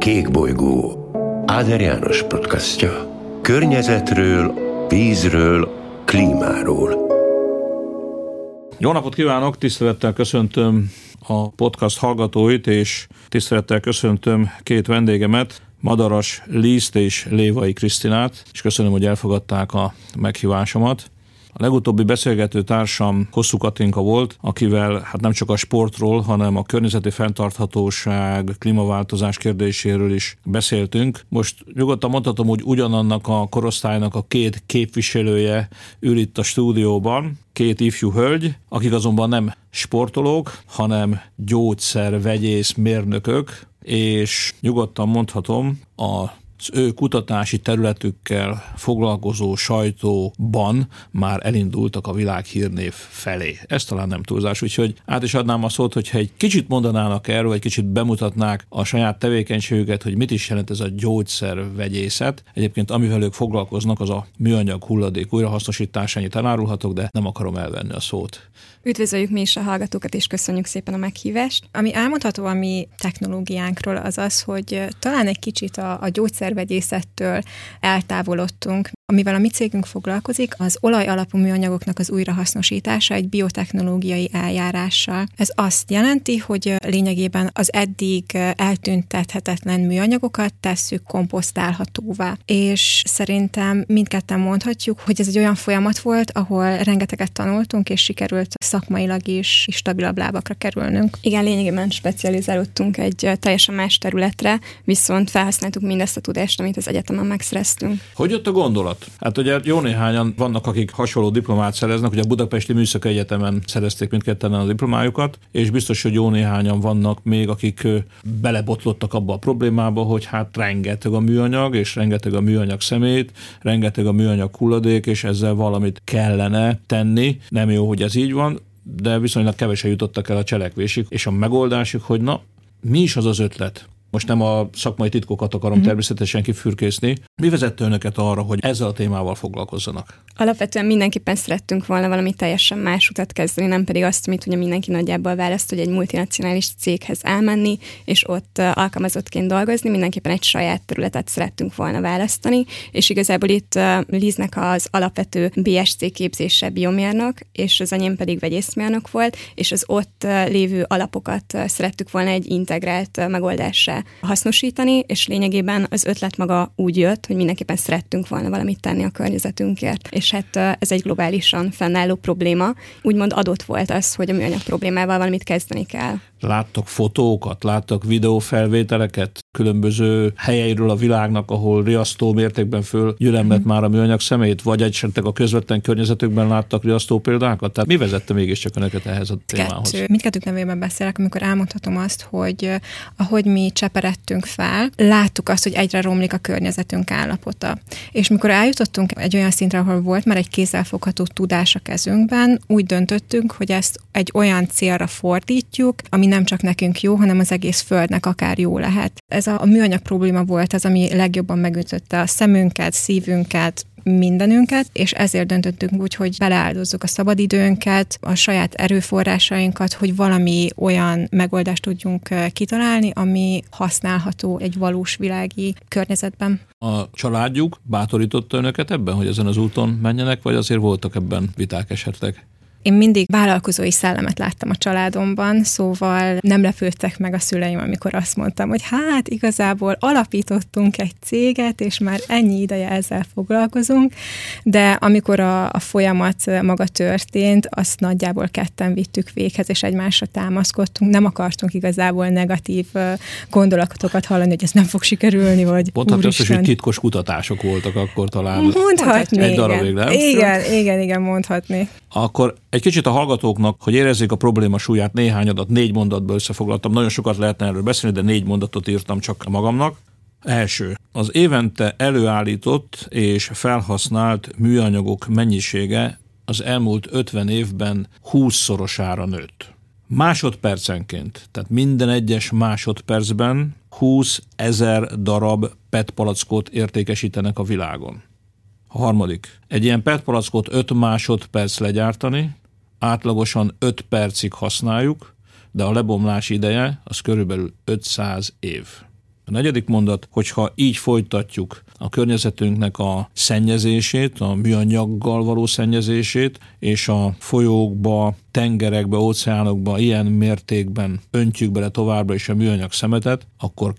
Kékbolygó, Áder János podcastja. Környezetről, vízről, klímáról. Jó napot kívánok, tisztelettel köszöntöm a podcast hallgatóit, és tisztelettel köszöntöm két vendégemet, Madaras Lízt és Lévai Krisztinát, és köszönöm, hogy elfogadták a meghívásomat. A legutóbbi beszélgető társam Hosszú Katinka volt, akivel nem csak a sportról, hanem a környezeti fenntarthatóság, klímaváltozás kérdéséről is beszéltünk. Most nyugodtan mondhatom, hogy ugyanannak a korosztálynak a két képviselője ül itt a stúdióban, két ifjú hölgy, akik azonban nem sportolók, hanem gyógyszervegyész mérnökök, és nyugodtan mondhatom, az ő kutatási területükkel foglalkozó sajtóban már elindultak a világhírnév felé. Ez talán nem túlzás, úgyhogy át is adnám a szót, hogyha egy kicsit mondanának erről, vagy kicsit bemutatnák a saját tevékenységüket, hogy mit is jelent ez a gyógyszervegyészet. Egyébként amivel ők foglalkoznak, az a műanyag hulladék újrahasznosítása, ennyit elárulhatok, de nem akarom elvenni a szót. Üdvözöljük mi is a hallgatókat, és köszönjük szépen a meghívást. Ami elmondható a mi technológiánkról az az, hogy talán egy kicsit a gyógyszervegyészettől eltávolodtunk. Amivel a mi cégünk foglalkozik, az olaj alapú műanyagoknak az újrahasznosítása egy biotechnológiai eljárással. Ez azt jelenti, hogy lényegében az eddig eltüntethetetlen műanyagokat tesszük komposztálhatóvá. És szerintem mindketten mondhatjuk, hogy ez egy olyan folyamat volt, ahol rengeteget tanultunk, és sikerült szakmailag is stabilabb lábakra kerülnünk. Igen, lényegében specializálódtunk egy teljesen más területre, viszont felhasználtuk mindezt a tudást, amit az egyetemen megszereztünk. Hogy jött a gondolat? Hát ugye jó néhányan vannak, akik hasonló diplomát szereznek, ugye a Budapesti Műszaki Egyetemen szerezték mindketten a diplomájukat, és biztos, hogy jó néhányan vannak még, akik belebotlottak abba a problémába, hogy rengeteg a műanyag, és rengeteg a műanyag szemét, rengeteg a műanyag hulladék, és ezzel valamit kellene tenni. Nem jó, hogy ez így van, de viszonylag kevesen jutottak el a cselekvésig, és a megoldásuk, hogy mi is az az ötlet? Most nem a szakmai titkokat akarom természetesen kifürkészni. Mi vezette önöket arra, hogy ezzel a témával foglalkozzanak? Alapvetően mindenképpen szerettünk volna valami teljesen más utat kezdeni, nem pedig azt, amit ugye mindenki nagyjából választ, hogy egy multinacionális céghez elmenni, és ott alkalmazottként dolgozni, mindenképpen egy saját területet szerettünk volna választani, és igazából itt Líznek az alapvető BSc képzése biomérnök, és az enyém pedig vegyészmérnök volt, és az ott lévő alapokat szerettük volna egy integrált megoldásra hasznosítani, és lényegében az ötlet maga úgy jött, hogy mindenképpen szerettünk volna valamit tenni a környezetünkért. És ez egy globálisan fennálló probléma. Úgymond adott volt az, hogy a műanyag problémával valamit kezdeni kell. Láttak fotókat, láttak videófelvételeket különböző helyeiről a világnak, ahol riasztó mértékben fölgyülemlett már a műanyag szemét, vagy esetleg a közvetlen környezetükben láttak riasztó példákat? Tehát mi vezette mégiscsak önöket ehhez a témához? Mindkettők nevében beszélek, amikor elmondhatom azt, hogy ahogy mi cseperedtünk fel, láttuk azt, hogy egyre romlik a környezetünk állapota. És mikor eljutottunk egy olyan szintre, ahol volt már egy kézzelfogható tudás a kezünkben, úgy döntöttünk, hogy ezt egy olyan célra fordítjuk, ami nem csak nekünk jó, hanem az egész Földnek akár jó lehet. Ez a műanyag probléma volt az, ami legjobban megütötte a szemünket, szívünket, mindenünket, és ezért döntöttünk úgy, hogy beleáldozzuk a szabadidőnket, a saját erőforrásainkat, hogy valami olyan megoldást tudjunk kitalálni, ami használható egy valós világi környezetben. A családjuk bátorította önöket ebben, hogy ezen az úton menjenek, vagy azért voltak ebben viták esetleg? Én mindig vállalkozói szellemet láttam a családomban, szóval nem lepődtek meg a szüleim, amikor azt mondtam, hogy igazából alapítottunk egy céget, és már ennyi ideje ezzel foglalkozunk, de amikor a folyamat maga történt, azt nagyjából ketten vittük véghez, és egymásra támaszkodtunk. Nem akartunk igazából negatív gondolatokat hallani, hogy ez nem fog sikerülni, vagy mondhatni azt is, hogy titkos kutatások voltak akkor talán. Mondhatni, egy darabig, nem? Igen, mondhatni. Akkor egy kicsit a hallgatóknak, hogy érezzék a probléma súlyát, néhány adat, 4 mondatból összefoglaltam. Nagyon sokat lehetne erről beszélni, de 4 mondatot írtam csak magamnak. Első. Az évente előállított és felhasznált műanyagok mennyisége az elmúlt 50 évben 20-szorosára nőtt. Másodpercenként, tehát minden egyes másodpercben 20 000 darab PET palackot értékesítenek a világon. A harmadik. Egy ilyen PET palackot 5 másodperc legyártani, átlagosan 5 percig használjuk, de a lebomlás ideje az körülbelül 500 év. negyedik mondat, hogyha így folytatjuk a környezetünknek a szennyezését, a műanyaggal való szennyezését, és a folyókba, tengerekbe, óceánokba ilyen mértékben öntjük bele továbbra is a műanyag szemetet, akkor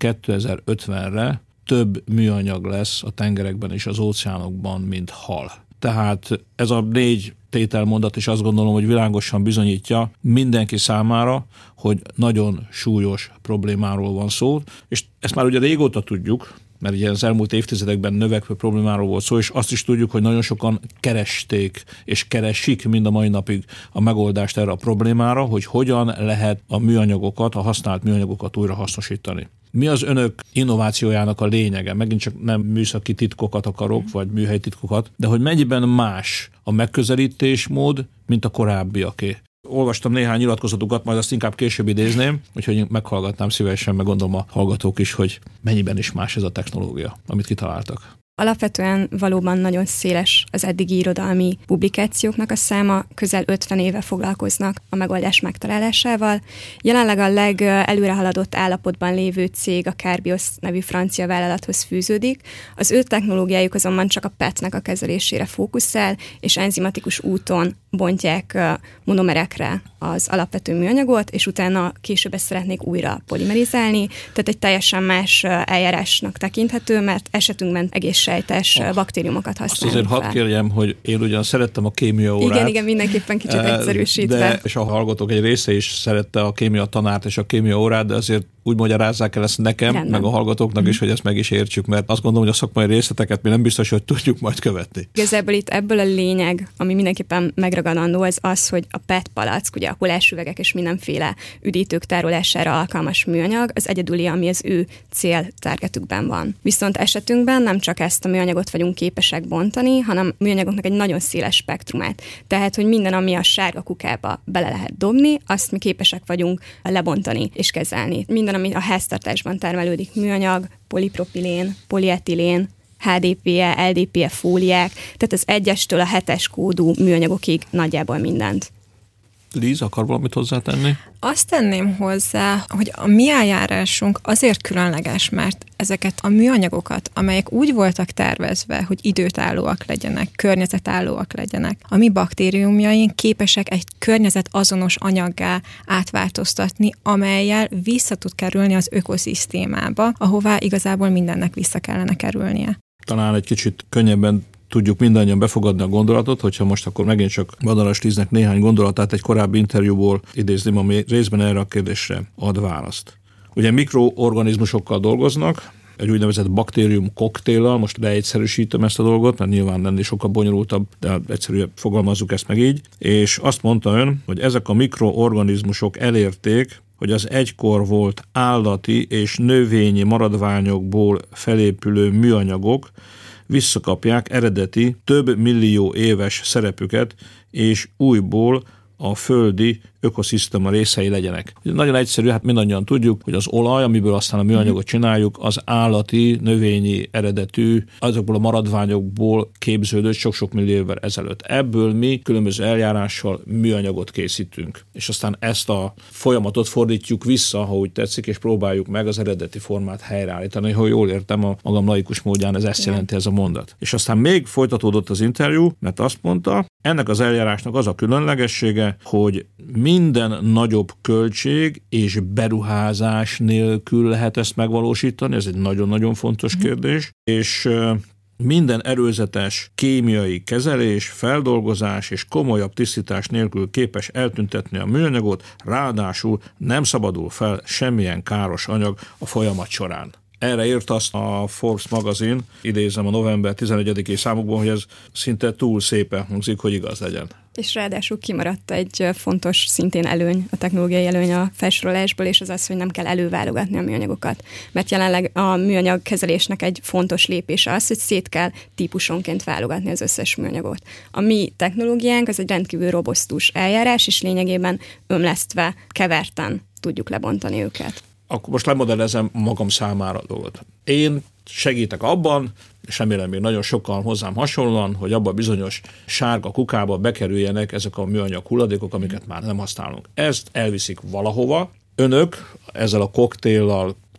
2050-re több műanyag lesz a tengerekben és az óceánokban, mint hal. Tehát ez a 4 tételmondat is azt gondolom, hogy világosan bizonyítja mindenki számára, hogy nagyon súlyos problémáról van szó, és ezt már ugye régóta tudjuk, mert ugye az elmúlt évtizedekben növekvő problémáról volt szó, és azt is tudjuk, hogy nagyon sokan keresték és keresik mind a mai napig a megoldást erre a problémára, hogy hogyan lehet a műanyagokat, a használt műanyagokat újra hasznosítani. Mi az önök innovációjának a lényege? Megint csak nem műszaki titkokat akarok, vagy műhelytitkokat, de hogy mennyiben más a megközelítésmód, mint a korábbiaké. Olvastam néhány nyilatkozatukat, majd azt inkább később idézném, úgyhogy meghallgatnám szívesen, meg gondolom a hallgatók is, hogy mennyiben is más ez a technológia, amit kitaláltak. Alapvetően valóban nagyon széles az eddigi irodalmi publikációknak a száma, közel 50 éve foglalkoznak a megoldás megtalálásával. Jelenleg a legelőrehaladott állapotban lévő cég a Carbios nevű francia vállalathoz fűződik. Az ő technológiájuk azonban csak a PET-nek a kezelésére fókuszál, és enzimatikus úton bontják monomerekre az alapvető műanyagot, és utána később ezt szeretnék újra polimerizálni. Tehát egy teljesen más eljárásnak tekinthető, mert esetünkben egész sejtes baktériumokat használunk. Azt azért hadd kérjem, hogy én ugyan szerettem a kémia órát. Igen, mindenképpen kicsit egyszerűsítve. És a hallgatók egy része is szerette a kémia tanárt és a kémia órát, de azért úgy magyarázzák el ezt nekem, Rendben. meg a hallgatóknak is, hogy ezt meg is értsük, mert azt gondolom, hogy a szakmai részleteket mi nem biztos, hogy tudjuk majd követni. Igazából itt ebből a lényeg, ami mindenképpen megragadandó, az, hogy a PET palack, ugye a kolásüvegek és mindenféle üdítők tárolására alkalmas műanyag, az egyedüli, ami az ő céltargetükben van. Viszont esetünkben nem csak ezt a műanyagot vagyunk képesek bontani, hanem műanyagoknak egy nagyon széles spektrumát. Tehát, hogy minden, ami a sárga kukába bele lehet dobni, azt mi képesek vagyunk lebontani és kezelni. Minden, ami a háztartásban termelődik műanyag, polipropilén, polietilén, HDPE, LDPE fóliák, tehát az 1-től a 7-es kódú műanyagokig nagyjából mindent. Líz, akar valamit hozzátenni? Azt tenném hozzá, hogy a mi eljárásunk azért különleges, mert ezeket a műanyagokat, amelyek úgy voltak tervezve, hogy időtállóak legyenek, környezetállóak legyenek, a mi baktériumjaink képesek egy környezetazonos anyaggá átváltoztatni, amellyel vissza tud kerülni az ökoszisztémába, ahová igazából mindennek vissza kellene kerülnie. Talán egy kicsit könnyebben tudjuk mindannyian befogadni a gondolatot, hogyha most akkor megint csak Madaras Líznek néhány gondolatát egy korábbi interjúból idézném, ami részben erre a kérdésre ad választ. Ugye mikroorganizmusokkal dolgoznak, egy úgynevezett baktérium koktéllal, most leegyszerűsítem ezt a dolgot, mert nyilván lenni sokkal bonyolultabb, de egyszerűen fogalmazzuk ezt meg így, és azt mondta ön, hogy ezek a mikroorganizmusok elérték, hogy az egykor volt állati és növényi maradványokból felépülő műanyagok visszakapják eredeti több millió éves szerepüket, és újból a földi ökoszisztéma részei legyenek. Nagyon egyszerű, hát mindannyian tudjuk, hogy az olaj, amiből aztán a műanyagot csináljuk, az állati, növényi eredetű, azokból a maradványokból képződött sok-sok millió évvel ezelőtt. Ebből mi különböző eljárással műanyagot készítünk. És aztán ezt a folyamatot fordítjuk vissza, ha úgy tetszik, és próbáljuk meg az eredeti formát helyreállítani. Ha jól értem, a magam laikus módján ez jelenti ez a mondat. És aztán még folytatódott az interjú, mert azt mondta, ennek az eljárásnak az a különlegessége, hogy minden nagyobb költség és beruházás nélkül lehet ezt megvalósítani, ez egy nagyon-nagyon fontos kérdés, és minden előzetes kémiai kezelés, feldolgozás és komolyabb tisztítás nélkül képes eltüntetni a műanyagot, ráadásul nem szabadul fel semmilyen káros anyag a folyamat során. Erre írt azt a Forbes magazin, idézem a november 11-i számukban, hogy ez szinte túl szépen hangzik, hogy igaz legyen. És ráadásul kimaradt egy fontos szintén előny, a technológiai előny a felsorolásból, és az, hogy nem kell előválogatni a műanyagokat. Mert jelenleg a műanyag kezelésnek egy fontos lépése az, hogy szét kell típusonként válogatni az összes műanyagot. A mi technológiánk az egy rendkívül robosztus eljárás, és lényegében ömlesztve, keverten tudjuk lebontani őket. Akkor most lemodellezem magam számára a dolgot. Én segítek abban, és remélem még nagyon sokan hozzám hasonlóan, hogy abban a bizonyos sárga kukába bekerüljenek ezek a műanyag hulladékok, amiket már nem használunk. Ezt elviszik valahova. Önök ezzel a koktéllal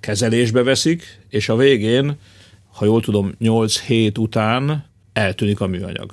kezelésbe veszik, és a végén, ha jól tudom, 8 hét után eltűnik a műanyag.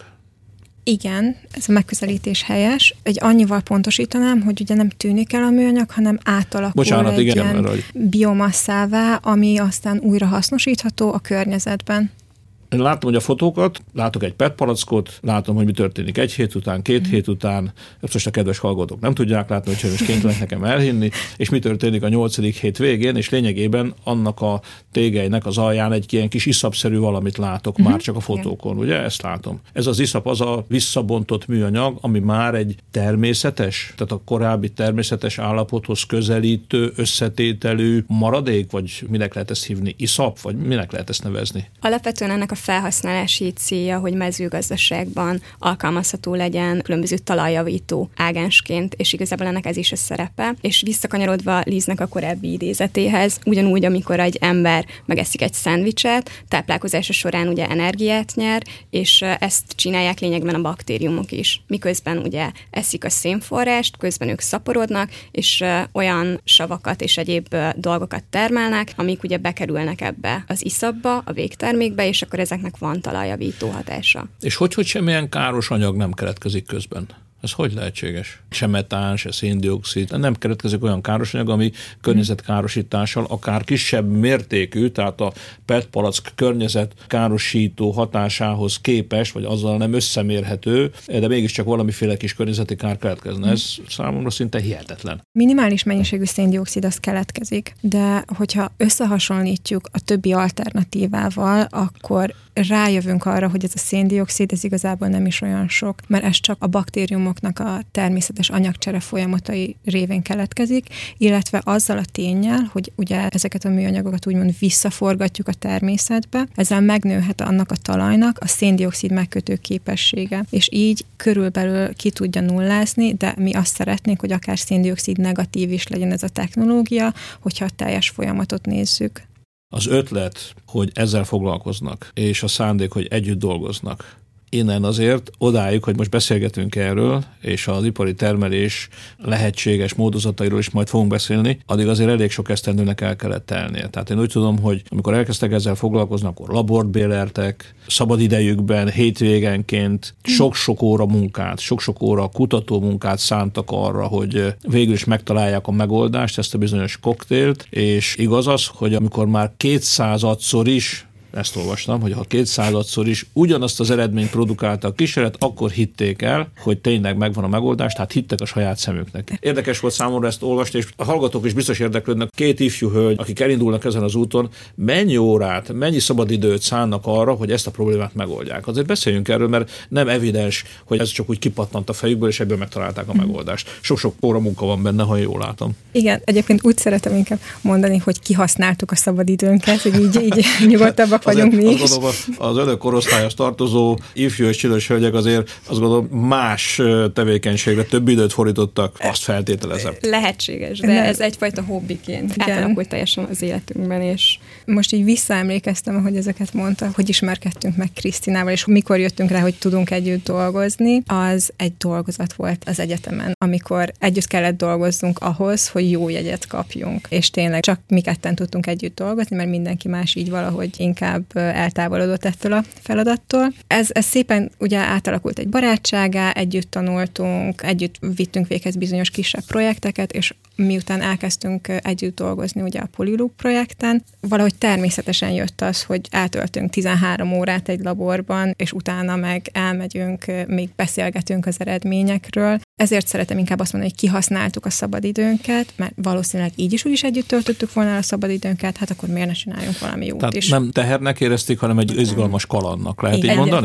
Igen, ez a megközelítés helyes. Annyival pontosítanám, hogy ugye nem tűnik el a műanyag, hanem átalakul ilyen biomasszává, ami aztán újra hasznosítható a környezetben. Én látom, hogy a fotókat, látok egy PET palackot, látom, hogy mi történik 1 hét után, 2 hét után, most a kedves hallgatók nem tudják látni, hogy most kénytelenek nekem elhinni, és mi történik a 8. hét végén, és lényegében annak a tégelynek az alján egy ilyen kis iszapszerű valamit látok már csak a fotókon, ugye? Ezt látom. Ez az iszap az a visszabontott műanyag, ami már egy természetes, tehát a korábbi természetes állapothoz közelítő, összetételű maradék, vagy minek lehet ezt hívni? Iszap, vagy minek lehet ezt nevezni? Alapvetően ennek a felhasználási célja, hogy mezőgazdaságban alkalmazható legyen különböző talajjavító ágensként, és igazából ennek ez is a szerepe. És visszakanyarodva Liznek a korábbi idézetéhez, ugyanúgy, amikor egy ember megeszik egy szendvicset, táplálkozása során ugye energiát nyer, és ezt csinálják lényegben a baktériumok is. Miközben ugye eszik a szénforrást, közben ők szaporodnak, és olyan savakat és egyéb dolgokat termelnek, amik ugye bekerülnek ebbe az iszapba, a végtermékbe, és akkor ezeknek van talajjavító hatása. És hogy semmilyen káros anyag nem keletkezik közben? Ez hogy lehetséges? Se metán, se széndioxid, nem keletkezik olyan káros anyag, ami környezetkárosítással akár kisebb mértékű, tehát a PET palack környezetkárosító hatásához képes, vagy azzal nem összemérhető, de mégiscsak valamiféle kis környezeti kár keletkezne. Ez számomra szinte hihetetlen. Minimális mennyiségű széndioxid az keletkezik, de hogyha összehasonlítjuk a többi alternatívával, akkor rájövünk arra, hogy ez a széndioxid, ez igazából nem is olyan sok, mert ez csak a baktériumoknak a természetes anyagcsere folyamatai révén keletkezik, illetve azzal a ténnyel, hogy ugye ezeket a műanyagokat úgymond visszaforgatjuk a természetbe, ezzel megnőhet annak a talajnak a széndioxid megkötő képessége, és így körülbelül ki tudja nullázni, de mi azt szeretnénk, hogy akár széndioxid negatív is legyen ez a technológia, hogyha a teljes folyamatot nézzük. Az ötlet, hogy ezzel foglalkoznak, és a szándék, hogy együtt dolgoznak, innen azért odáig, hogy most beszélgetünk erről, és az ipari termelés lehetséges módozatairól is majd fogunk beszélni, addig azért elég sok esztendőnek el kellett telnie. Tehát én úgy tudom, hogy amikor elkezdtek ezzel foglalkozni, akkor labort béreltek, szabadidejükben, hétvégenként sok-sok óra munkát, sok-sok óra kutató munkát szántak arra, hogy végül is megtalálják a megoldást, ezt a bizonyos koktélt, és igaz az, hogy amikor már 200-szor is, ezt olvastam, hogy ha 200-szor is ugyanazt az eredményt produkálta a kísérlet, akkor hitték el, hogy tényleg megvan a megoldás, tehát hittek a saját szemüknek. Érdekes volt számomra ezt olvasni, és a hallgatók is biztos érdeklődnek. 2 ifjú hölgy, akik elindulnak ezen az úton, mennyi órát, mennyi szabadidőt szánnak arra, hogy ezt a problémát megoldják. Azért beszéljünk erről, mert nem evidens, hogy ez csak úgy kipattant a fejükből, és ebből megtalálták a megoldást. Sok-sok óra munka van benne, ha jól látom. Igen, egyébként úgy szeretem inkább mondani, hogy kihasználtuk a szabadidőnket, hogy így nyugodtabbak vagyunk mi is. Azt gondolom, az önök korosztályhoz tartozó ifjú és csinos hölgyek azért azt gondolom más tevékenységre több időt fordítottak, azt feltételezem. Lehetséges, de ez egyfajta hobbiként átalakult teljesen az életünkben, és most így visszaemlékeztem, ahogy ezeket mondta, hogy ismerkedtünk meg Krisztinával, és mikor jöttünk rá, hogy tudunk együtt dolgozni, az egy dolgozat volt az egyetemen, amikor együtt kellett dolgoznunk ahhoz, hogy jó jegyet kapjunk. És tényleg csak mi ketten tudtunk együtt dolgozni, mert mindenki más így valahogy inkább eltávolodott ettől a feladattól. Ez szépen ugye átalakult egy barátságá, együtt tanultunk, együtt vittünk véghez bizonyos kisebb projekteket, és miután elkezdtünk együtt dolgozni ugye a Polyloop projekten, valahogy természetesen jött az, hogy eltöltünk 13 órát egy laborban, és utána meg elmegyünk, még beszélgetünk az eredményekről. Ezért szeretem inkább azt mondani, hogy kihasználtuk a szabadidőnket, mert valószínűleg így is úgyis együtt töltöttük volna a szabadidőnket, hát akkor miért ne csináljunk valami jót tehát is. Nem tehernek érezték, hanem egy izgalmas kalandnak. Lehet így mondani?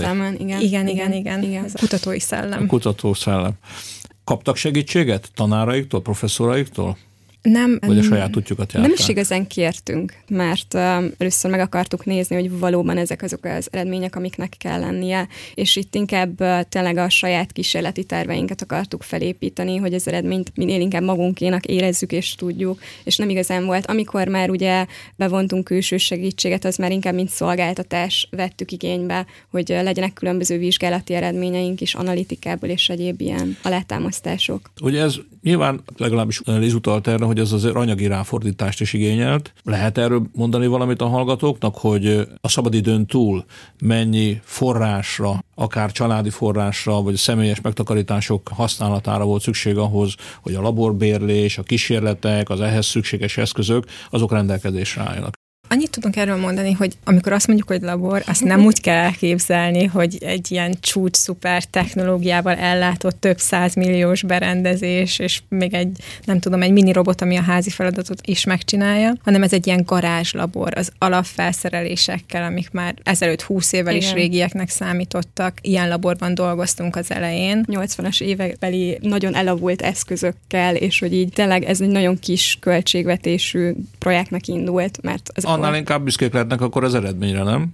Igen. Ez a kutatói szellem. A kutató szellem. Kaptak segítséget tanáraiktól, professzoraiktól? Nem. Vagy a saját útjukat járták? Nem is igazán kértünk, mert először meg akartuk nézni, hogy valóban ezek azok az eredmények, amiknek kell lennie, és itt inkább tényleg a saját kísérleti terveinket akartuk felépíteni, hogy az eredményt minél inkább magunkénak érezzük és tudjuk, és nem igazán volt. Amikor már ugye bevontunk külső segítséget, az már inkább mint szolgáltatás vettük igénybe, hogy legyenek különböző vizsgálati eredményeink is, analitikából és egyéb ilyen alátámasztások. Ugye ez Nyilván legalábbis Liz utalt erre, hogy ez azért anyagi ráfordítást is igényelt. Lehet erről mondani valamit a hallgatóknak, hogy a szabadidőn túl mennyi forrásra, akár családi forrásra, vagy a személyes megtakarítások használatára volt szükség ahhoz, hogy a laborbérlés, a kísérletek, az ehhez szükséges eszközök, azok rendelkezésre álljanak. Annyit tudunk erről mondani, hogy amikor azt mondjuk, hogy labor, azt nem úgy kell elképzelni, hogy egy ilyen csúcs szuper technológiával ellátott több 100 milliós berendezés, és még egy mini robot, ami a házi feladatot is megcsinálja, hanem ez egy ilyen garázslabor, az alapfelszerelésekkel, amik már ezelőtt 20 évvel is régieknek számítottak. Ilyen laborban dolgoztunk az elején. 80-as évekbeli nagyon elavult eszközökkel, és hogy így tényleg ez egy nagyon kis költségvetésű projektnek indult, mert az annál inkább büszkék lehetnek akkor az eredményre, nem?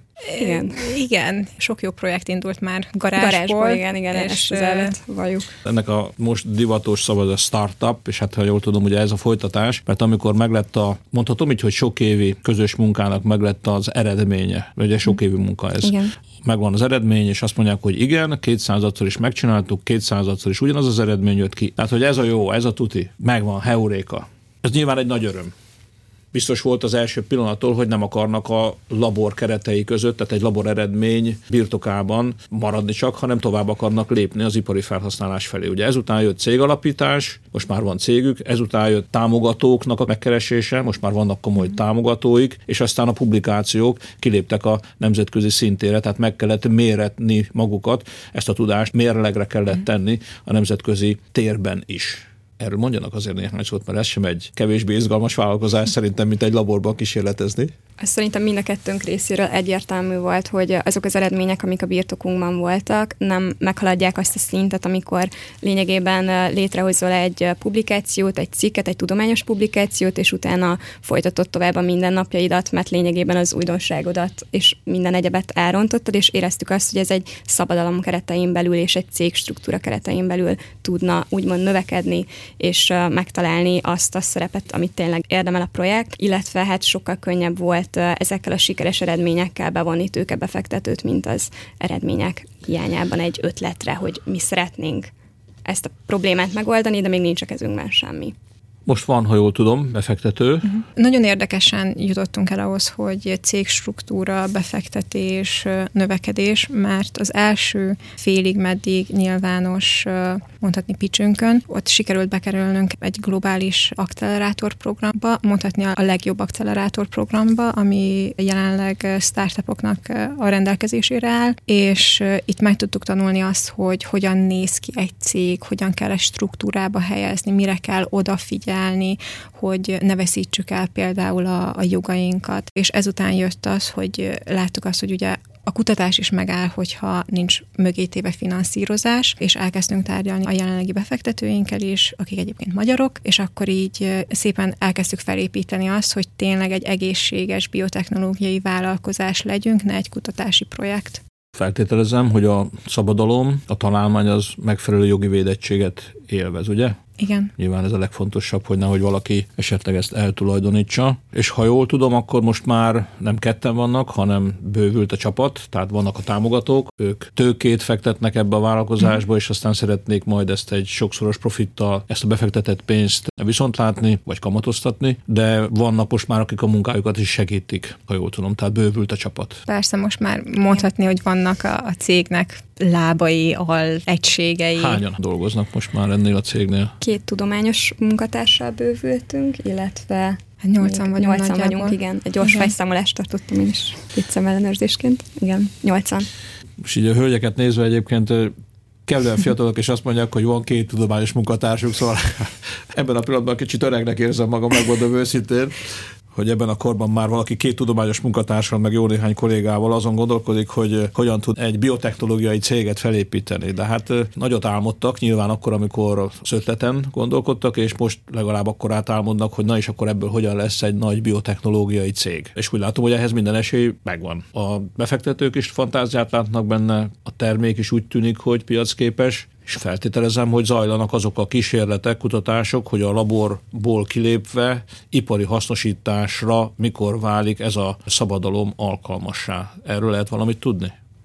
Igen, sok jó projekt indult már garázsból. Igen, és az elvet valljuk. Ennek a most divatos szava a startup, és hát ha jól tudom, ugye ez a folytatás, mert amikor meglett mondhatom így, hogy sok évi közös munkának meglett az eredménye, ugye sok évi munka ez. Igen. Megvan az eredmény, és azt mondják, hogy igen, 200-szor is megcsináltuk, 200-szor is ugyanaz az eredmény jött ki. Tehát, hogy ez a jó, ez a tuti, megvan, heuréka. Ez nyilván egy nagy öröm. Biztos volt az első pillanattól, hogy nem akarnak a labor keretei között, tehát egy labor eredmény birtokában maradni csak, hanem tovább akarnak lépni az ipari felhasználás felé. Ugye ezután jött cégalapítás, most már van cégük, ezután jött támogatóknak a megkeresése, most már vannak komoly támogatóik, és aztán a publikációk kiléptek a nemzetközi szintére, tehát meg kellett méretni magukat, ezt a tudást mérlegre kellett tenni a nemzetközi térben is. Erről mondjanak azért néhány szót, mert ez sem egy kevésbé izgalmas vállalkozás szerintem, mint egy laborban kísérletezni. Szerintem mind a kettőnk részéről egyértelmű volt, hogy azok az eredmények, amik a birtokunkban voltak, nem meghaladják azt a szintet, amikor lényegében létrehozol egy publikációt, egy cikket, egy tudományos publikációt, és utána folytatod tovább a mindennapjaidat, mert lényegében az újdonságodat és minden egyebet elrontottad, és éreztük azt, hogy ez egy szabadalom keretein belül és egy cégstruktúra keretein belül tudna úgymond növekedni, és megtalálni azt a szerepet, amit tényleg érdemel a projekt, illetve hát sokkal könnyebb volt ezekkel a sikeres eredményekkel bevonni tőkebefektetőt, mint az eredmények hiányában egy ötletre, hogy mi szeretnénk ezt a problémát megoldani, de még nincs a kezünkben semmi. Most van, ha jól tudom, befektető. Nagyon érdekesen jutottunk el ahhoz, hogy cégstruktúra, befektetés, növekedés, mert az első félig meddig nyilvános, mondhatni pitchünkön, ott sikerült bekerülnünk egy globális accelerátor programba, mondhatni a legjobb accelerátor programba, ami jelenleg startupoknak a rendelkezésére áll, és itt meg tudtuk tanulni azt, hogy hogyan néz ki egy cég, hogyan kell egy struktúrába helyezni, mire kell odafigyelni, hogy ne veszítsük el például a jogainkat. És ezután jött az, hogy láttuk azt, hogy ugye a kutatás is megáll, hogyha nincs mögé téve finanszírozás, és elkezdtünk tárgyalni a jelenlegi befektetőinkkel is, akik egyébként magyarok, és akkor így szépen elkezdtük felépíteni azt, hogy tényleg egy egészséges biotechnológiai vállalkozás legyünk, ne egy kutatási projekt. Feltételezem, hogy a szabadalom, a találmány az megfelelő jogi védettséget élvez, ugye? Igen. Nyilván ez a legfontosabb, hogy nehogy valaki esetleg ezt eltulajdonítsa. És ha jól tudom, akkor most már nem ketten vannak, hanem bővült a csapat, tehát vannak a támogatók, ők tőkét fektetnek ebbe a vállalkozásba, és aztán szeretnék majd ezt egy sokszoros profittal, ezt a befektetett pénzt viszont látni, vagy kamatoztatni, de vannak most már, akik a munkájukat is segítik, ha jól tudom, tehát bővült a csapat. Persze most már mondhatni, hogy vannak a cégnek lábai, egységei. Hányan dolgoznak most már ennél a cégnél? 2 tudományos munkatársal bővültünk, illetve 8-an vagyunk, igen. Egy gyors fejszámolást tartottam én is itt szemellenőrzésként. Igen, 8-an. És így a hölgyeket nézve egyébként kellően fiatalok, és azt mondják, hogy van 2 tudományos munkatársuk, szóval ebben a pillanatban kicsit öregnek érzem magam, megmondom őszintén, hogy ebben a korban már valaki 2 tudományos munkatársal, meg jó néhány kollégával azon gondolkodik, hogy hogyan tud egy biotechnológiai céget felépíteni. De hát nagyot álmodtak, nyilván akkor, amikor az ötleten gondolkodtak, és most legalább akkor átálmodnak, hogy na és akkor ebből hogyan lesz egy nagy biotechnológiai cég. És úgy látom, hogy ehhez minden esély megvan. A befektetők is fantáziát látnak benne, a termék is úgy tűnik, hogy piacképes, és feltételezem, hogy zajlanak azok a kísérletek, kutatások, hogy a laborból kilépve ipari hasznosításra mikor válik ez a szabadalom alkalmassá. Erről lehet valamit tudni?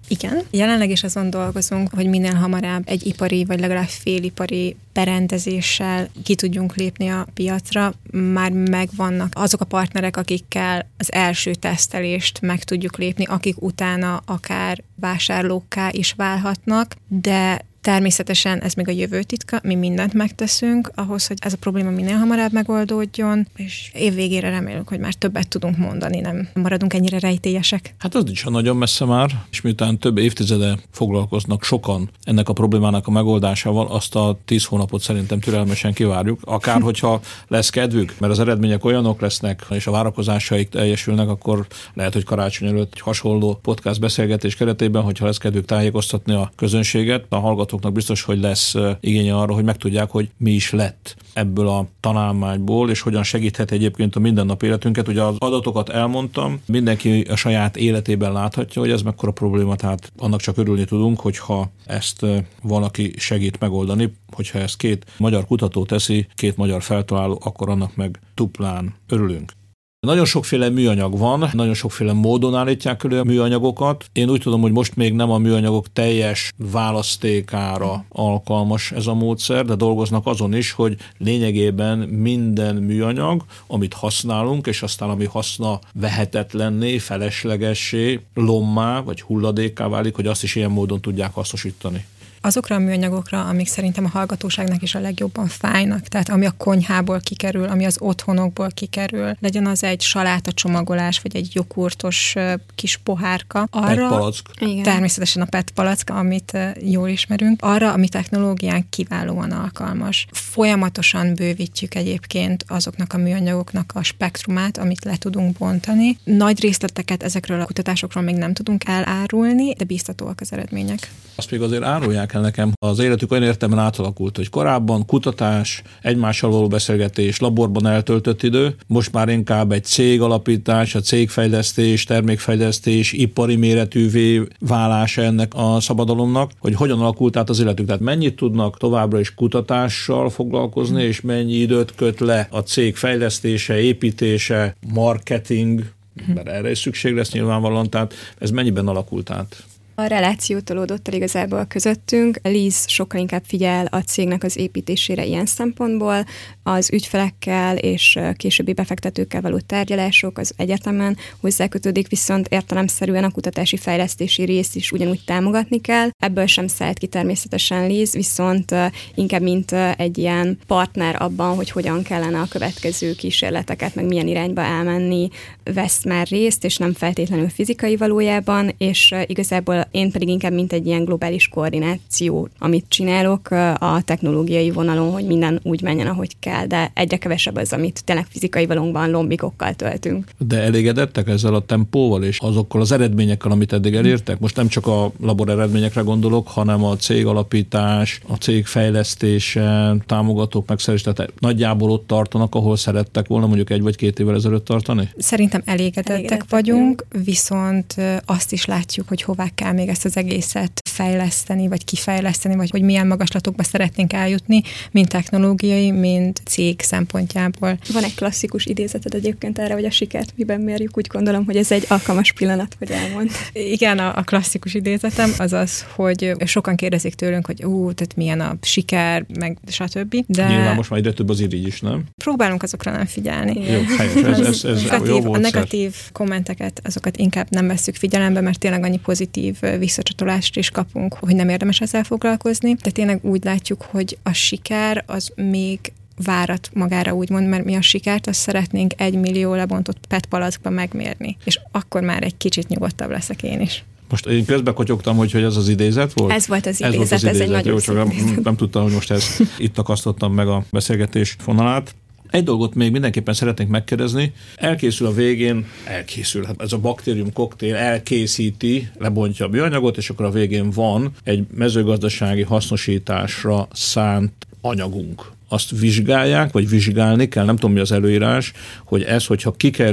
Igen. Jelenleg is azon dolgozunk, hogy minél hamarabb egy ipari, vagy legalább félipari berendezéssel ki tudjunk lépni a piacra. Már megvannak azok a partnerek, akikkel az első tesztelést meg tudjuk lépni, akik utána akár vásárlókká is válhatnak, de természetesen ez még a jövő titka, mi mindent megteszünk ahhoz, hogy ez a probléma minél hamarabb megoldódjon, és év végére remélünk, hogy már többet tudunk mondani, nem maradunk ennyire rejtélyesek. Hát az nincs nagyon messze már, és miután több évtizede foglalkoznak sokan ennek a problémának a megoldásával, azt a 10 hónapot szerintem türelmesen kivárjuk, akár hogyha lesz kedvük, mert az eredmények olyanok lesznek, és a várakozásaik teljesülnek, akkor lehet, hogy karácsony előtt egy hasonló podcast beszélgetés keretében, hogyha lesz kedvük tájékoztatni a közönséget, a hallgatóknak biztos, hogy lesz igénye arra, hogy megtudják, hogy mi is lett ebből a tanulmányból, és hogyan segíthet egyébként a mindennapi életünket. Ugye az adatokat elmondtam, mindenki a saját életében láthatja, hogy ez mekkora probléma, tehát annak csak örülni tudunk, hogyha ezt valaki segít megoldani, hogyha ezt 2 magyar kutató teszi, 2 magyar feltaláló, akkor annak meg duplán örülünk. Nagyon sokféle műanyag van, nagyon sokféle módon állítják elő a műanyagokat. Én úgy tudom, hogy most még nem a műanyagok teljes választékára alkalmas ez a módszer, de dolgoznak azon is, hogy lényegében minden műanyag, amit használunk, és aztán ami haszna vehetetlenné, feleslegessé, lommá vagy hulladékká válik, hogy azt is ilyen módon tudják hasznosítani. Azokra a műanyagokra, amik szerintem a hallgatóságnak is a legjobban fájnak, tehát ami a konyhából kikerül, ami az otthonokból kikerül, legyen az egy salátacsomagolás, vagy egy jogurtos kis pohárka. Arra, PET-palack. Természetesen a PET-palack, amit jól ismerünk. Arra, ami technológián kiválóan alkalmas. Folyamatosan bővítjük egyébként azoknak a műanyagoknak a spektrumát, amit le tudunk bontani. Nagy részleteket ezekről a kutatásokról még nem tudunk elárulni, de biztatóak az eredmények. Azt még azért árulják el nekem. Az életük olyan értelemben átalakult, hogy korábban kutatás, egymással való beszélgetés, laborban eltöltött idő, most már inkább egy cégalapítás, a cégfejlesztés, termékfejlesztés, ipari méretűvé válása ennek a szabadalomnak, hogy hogyan alakult át az életük. Tehát mennyit tudnak továbbra is kutatással foglalkozni, és mennyi időt köt le a cég fejlesztése, építése, marketing, mert erre is szükség lesz nyilvánvalóan, tehát ez mennyiben alakult át? A reláció tolódott el igazából közöttünk. Liz sokkal inkább figyel a cégnek az építésére ilyen szempontból, az ügyfelekkel és későbbi befektetőkkel való tárgyalások az egyértelműen hozzákötődik, viszont értelemszerűen a kutatási fejlesztési részt is ugyanúgy támogatni kell. Ebből sem szállt ki természetesen Liz, viszont inkább mint egy ilyen partner abban, hogy hogyan kellene a következő kísérleteket, meg milyen irányba elmenni, vesz már részt, és nem feltétlenül fizikai valójában, és igazából én pedig inkább mint egy ilyen globális koordináció, amit csinálok a technológiai vonalon, hogy minden úgy menjen, ahogy kell, de egyre kevesebb az, amit tényleg fizikai valónkban lombikokkal töltünk. De elégedettek ezzel a tempóval és azokkal az eredményekkel, amit eddig elértek? Most nem csak a labor eredményekre gondolok, hanem a cég alapítás, a cég fejlesztése, támogatók megszerzése, tehát nagyjából ott tartanak, ahol szerettek volna mondjuk 1 vagy 2 évvel ezelőtt tartani? Szerintem elégedettek vagyunk, viszont azt is látjuk, hogy hová kell még ezt az egészet fejleszteni, vagy kifejleszteni, vagy hogy milyen magaslatokba szeretnénk eljutni, mind technológiai, mind cég szempontjából. Van egy klasszikus idézeted egyébként erre, hogy a sikert miben mérjük, úgy gondolom, hogy ez egy alkalmas pillanat, hogy elmond. Igen, a klasszikus idézetem az az, hogy sokan kérdezik tőlünk, hogy tehát milyen a siker, meg stb. De nyilván most már egyre több az irigy is, nem? Próbálunk azokra nem figyelni. Jó, helyes, ez jó volt. A negatív kommenteket, azokat inkább nem vesszük figyelembe, mert tényleg annyi pozitív visszacsatolást is kapunk, hogy nem érdemes ezzel foglalkozni. De tényleg úgy látjuk, hogy a siker az még várat magára úgymond, mert mi a sikert azt szeretnénk 1 millió lebontott PET palackba megmérni. És akkor már egy kicsit nyugodtabb leszek én is. Most én közben kotyogtam, hogy ez az idézet volt? Ez volt az idézet, ez egy nagyon szép idézet. Nem tudtam, hogy most itt akasztottam meg a beszélgetés fonalát. Egy dolgot még mindenképpen szeretnék megkérdezni. Elkészül a végén, hát ez a baktérium koktél elkészíti, lebontja a műanyagot, és akkor a végén van egy mezőgazdasági hasznosításra szánt anyagunk. Azt vizsgálják, vagy vizsgálni kell, nem tudom mi az előírás, hogy ez, hogyha kikerül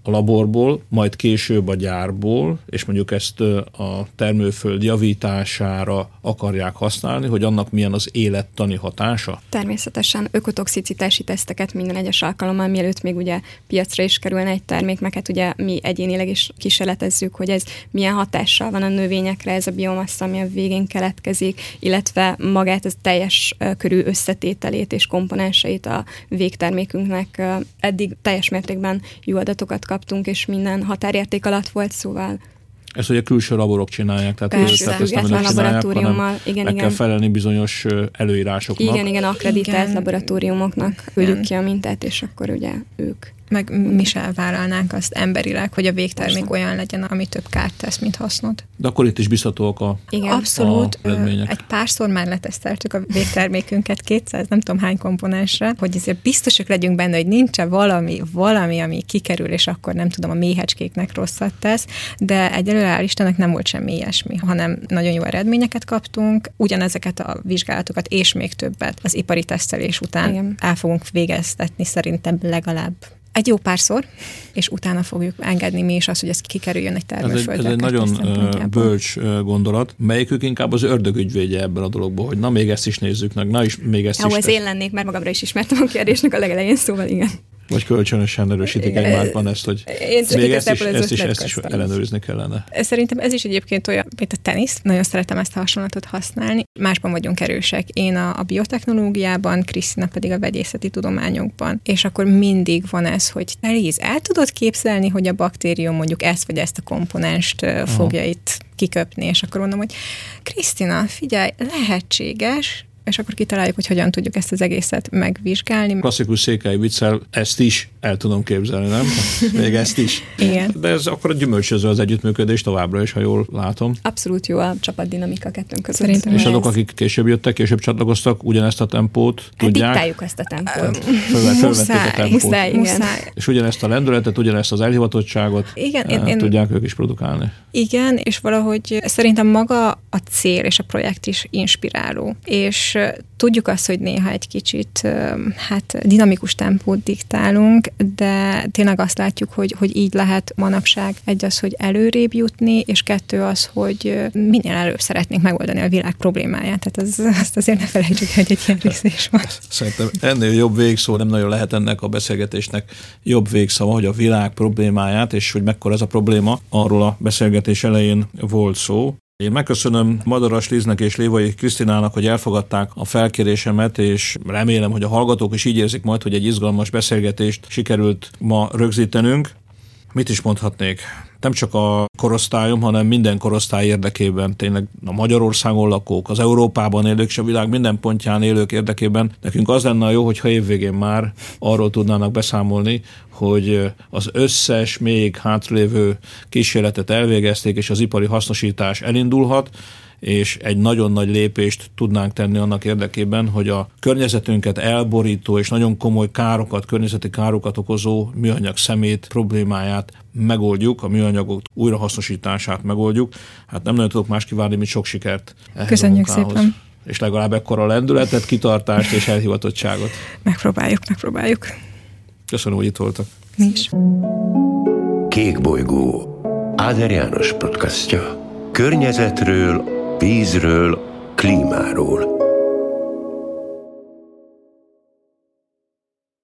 a laborból, majd később a gyárból, és mondjuk ezt a termőföld javítására akarják használni, hogy annak milyen az élettani hatása? Természetesen ökotoxicitási teszteket minden egyes alkalommal, mielőtt még ugye piacra is kerülne egy termék, meg hát ugye mi egyénileg is kísérletezzük, hogy ez milyen hatással van a növényekre, ez a biomassa, ami a végén keletkezik, illetve magát az teljes körű összetételét és komponenseit a végtermékünknek. Eddig teljes mértékben jó adatokat kaptunk, és minden határérték alatt volt, szóval... Ezt ugye külső laborok csinálják, tehát ezt nem csinálják, hanem meg kell felelni bizonyos előírásoknak. Igen, akkreditált laboratóriumoknak küldjük ki a mintát, és akkor ugye ők. Meg mi sem vállalnánk azt emberileg, hogy a végtermék olyan legyen, ami több kárt tesz, mint hasznot. De akkor itt is biztatóak a abszolút. eredmények. Egy párszor már leteszteltük a végtermékünket 200, nem tudom hány komponensre, hogy azért biztosak legyünk benne, hogy nincs-e valami, ami kikerül, és akkor nem tudom, a méhecskéknek rosszat tesz, de egyelőre hál' Istennek nem volt semmi ilyesmi, hanem nagyon jó eredményeket kaptunk, ugyanezeket a vizsgálatokat és még többet az ipari tesztelés után el fogunk végeztetni szerintem legalább egy jó párszor, és utána fogjuk engedni mi is azt, hogy ez kikerüljön egy termőföldre. Ez egy nagyon bölcs gondolat. Melyikük inkább az ördög ügyvédje ebben a dologban, hogy na még ezt is nézzük meg, na is még ezt is. Ez én lennék, mert magamra is ismertem a kérdésnek a legelején, szóval igen. Vagy kölcsönösen erősítik egymásban ezt, hogy még ezt is ellenőrizni kellene. Szerintem ez is egyébként olyan, mint a tenisz. Nagyon szeretem ezt a hasonlatot használni. Másban vagyunk erősek. Én a biotechnológiában, Krisztina pedig a vegyészeti tudományokban. És akkor mindig van ez, hogy Líz, el tudod képzelni, hogy a baktérium mondjuk ezt vagy ezt a komponenst fogja itt kiköpni, és akkor mondom, hogy Krisztina, figyelj, lehetséges, és akkor kitaláljuk, hogy hogyan tudjuk ezt az egészet megvizsgálni. Klasszikus székely viccel, ezt is el tudom képzelni, nem? Még ezt is. Igen. De ez akkor gyümölcsöző az együttműködés továbbra is, ha jól látom. Abszolút jó a csapatdinamika kettőnk között. Szerintem és azok, akik később csatlakoztak, ugyanezt a tempót tudják. Diktáljuk ezt a tempót. Fölvették a tempót. Muszáj. És ugyanezt a lendületet, ugyanezt az elhivatottságot tudják ők is produkálni. Igen, és valahogy szerintem maga a cél és a projekt is inspiráló. És tudjuk azt, hogy néha egy kicsit dinamikus tempót diktálunk, de tényleg azt látjuk, hogy így lehet manapság egy az, hogy előrébb jutni, és kettő az, hogy minél előbb szeretnénk megoldani a világ problémáját. Tehát azt azért ne felejtsük, hogy egy ilyen rész is van. Szerintem ennél jobb végszó nem nagyon lehet ennek a beszélgetésnek jobb végszava, hogy a világ problémáját, és hogy mekkora ez a probléma, arról a beszélgetés elején volt szó. Én megköszönöm Madaras Líznek és Lévai Krisztinának, hogy elfogadták a felkérésemet, és remélem, hogy a hallgatók is így érzik majd, hogy egy izgalmas beszélgetést sikerült ma rögzítenünk. Mit is mondhatnék? Nem csak a korosztályom, hanem minden korosztály érdekében, tényleg a Magyarországon lakók, az Európában élők és a világ minden pontján élők érdekében. Nekünk az lenne jó, hogyha évvégén már arról tudnának beszámolni, hogy az összes még hátralévő kísérletet elvégezték, és az ipari hasznosítás elindulhat, és egy nagyon nagy lépést tudnánk tenni annak érdekében, hogy a környezetünket elborító és nagyon komoly károkat, környezeti károkat okozó műanyag szemét problémáját megoldjuk, a műanyagok újrahasznosítását megoldjuk. Hát nem nagyon tudok más kívánni, mint sok sikert ehhez. Köszönjük a munkához. Szépen. És legalább ekkora lendületet, kitartást és elhivatottságot. Megpróbáljuk. Köszönöm, hogy itt voltak. Mi is. Kék bolygó. Áder János podcastja. Környezetről, vízről, klímáról.